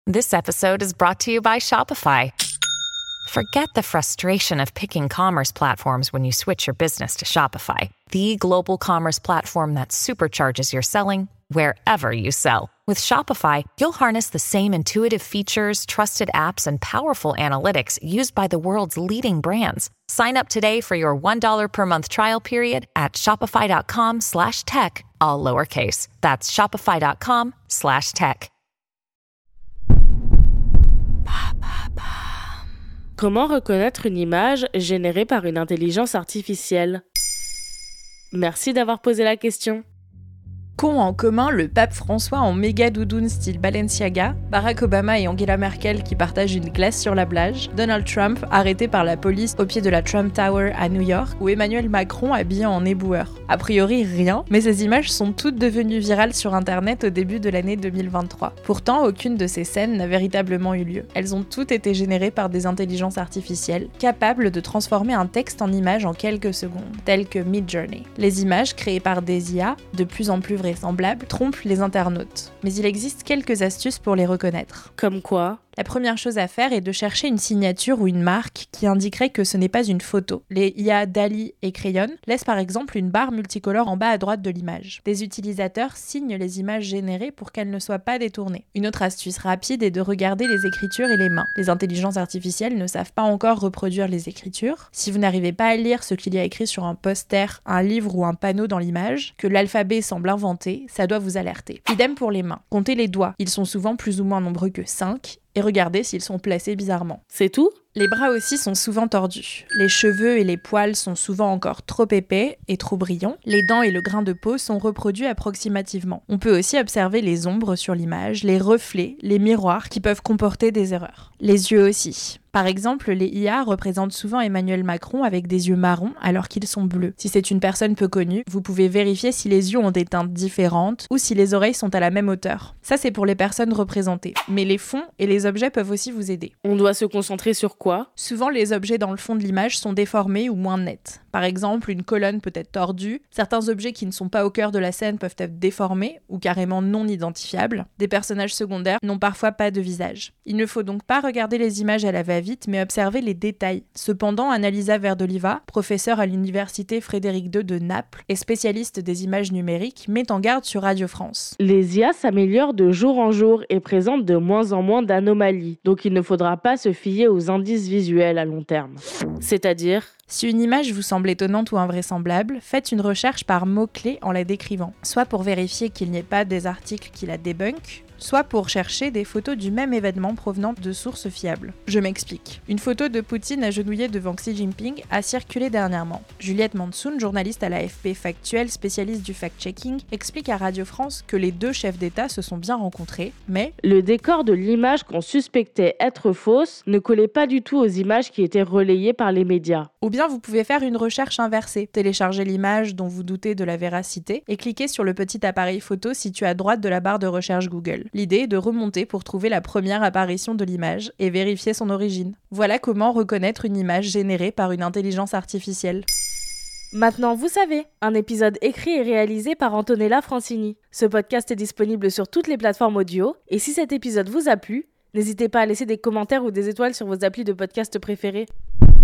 This episode is brought to you by Shopify. Forget the frustration of picking commerce platforms when you switch your business to Shopify, the global commerce platform that supercharges your selling wherever you sell. With Shopify, you'll harness the same intuitive features, trusted apps, and powerful analytics used by the world's leading brands. Sign up today for your $1 per month trial period at shopify.com/tech, all lowercase. That's shopify.com/tech. Comment reconnaître une image générée par une intelligence artificielle ? Merci d'avoir posé la question. Qu'ont en commun le pape François en méga doudoune style Balenciaga, Barack Obama et Angela Merkel qui partagent une glace sur la plage, Donald Trump arrêté par la police au pied de la Trump Tower à New York ou Emmanuel Macron habillé en éboueur? A priori rien, mais ces images sont toutes devenues virales sur internet au début de l'année 2023. Pourtant, aucune de ces scènes n'a véritablement eu lieu. Elles ont toutes été générées par des intelligences artificielles, capables de transformer un texte en image en quelques secondes, telles que Midjourney. Les images créées par des IA, de plus en plus vraisemblables, trompent les internautes. Mais il existe quelques astuces pour les reconnaître. Comme quoi ? La première chose à faire est de chercher une signature ou une marque qui indiquerait que ce n'est pas une photo. Les IA DALL-E et Crayon laissent par exemple une barre multicolore en bas à droite de l'image. Des utilisateurs signent les images générées pour qu'elles ne soient pas détournées. Une autre astuce rapide est de regarder les écritures et les mains. Les intelligences artificielles ne savent pas encore reproduire les écritures. Si vous n'arrivez pas à lire ce qu'il y a écrit sur un poster, un livre ou un panneau dans l'image, que l'alphabet semble inventé, ça doit vous alerter. Idem pour les mains. Comptez les doigts. Ils sont souvent plus ou moins nombreux que 5. Et regardez s'ils sont placés bizarrement. C'est tout ? Les bras aussi sont souvent tordus. Les cheveux et les poils sont souvent encore trop épais et trop brillants. Les dents et le grain de peau sont reproduits approximativement. On peut aussi observer les ombres sur l'image, les reflets, les miroirs qui peuvent comporter des erreurs. Les yeux aussi. Par exemple, les IA représentent souvent Emmanuel Macron avec des yeux marrons alors qu'ils sont bleus. Si c'est une personne peu connue, vous pouvez vérifier si les yeux ont des teintes différentes ou si les oreilles sont à la même hauteur. Ça, c'est pour les personnes représentées. Mais les fonds et les objets peuvent aussi vous aider. On doit se concentrer sur quoi ? Souvent, les objets dans le fond de l'image sont déformés ou moins nets. Par exemple, une colonne peut être tordue, certains objets qui ne sont pas au cœur de la scène peuvent être déformés ou carrément non identifiables. Des personnages secondaires n'ont parfois pas de visage. Il ne faut donc pas regarder les images à la va-vite, mais observer les détails. Cependant, Annalisa Verdoliva, professeure à l'université Frédéric II de Naples et spécialiste des images numériques, met en garde sur Radio France. Les IA s'améliorent de jour en jour et présentent de moins en moins d'anomalies, donc il ne faudra pas se fier aux indices visuels à long terme. C'est-à-dire ? Si une image vous semble étonnante ou invraisemblable, faites une recherche par mots-clés en la décrivant, soit pour vérifier qu'il n'y ait pas des articles qui la débunkent, soit pour chercher des photos du même événement provenant de sources fiables. Je m'explique. Une photo de Poutine agenouillé devant Xi Jinping a circulé dernièrement. Juliette Mansoun, journaliste à l'AFP Factuel, spécialiste du fact-checking, explique à Radio France que les deux chefs d'État se sont bien rencontrés, mais le décor de l'image qu'on suspectait être fausse ne collait pas du tout aux images qui étaient relayées par les médias. Ou bien vous pouvez faire une recherche inversée, télécharger l'image dont vous doutez de la véracité et cliquer sur le petit appareil photo situé à droite de la barre de recherche Google. L'idée est de remonter pour trouver la première apparition de l'image et vérifier son origine. Voilà comment reconnaître une image générée par une intelligence artificielle. Maintenant, vous savez, un épisode écrit et réalisé par Antonella Francini. Ce podcast est disponible sur toutes les plateformes audio, et si cet épisode vous a plu, n'hésitez pas à laisser des commentaires ou des étoiles sur vos applis de podcast préférés.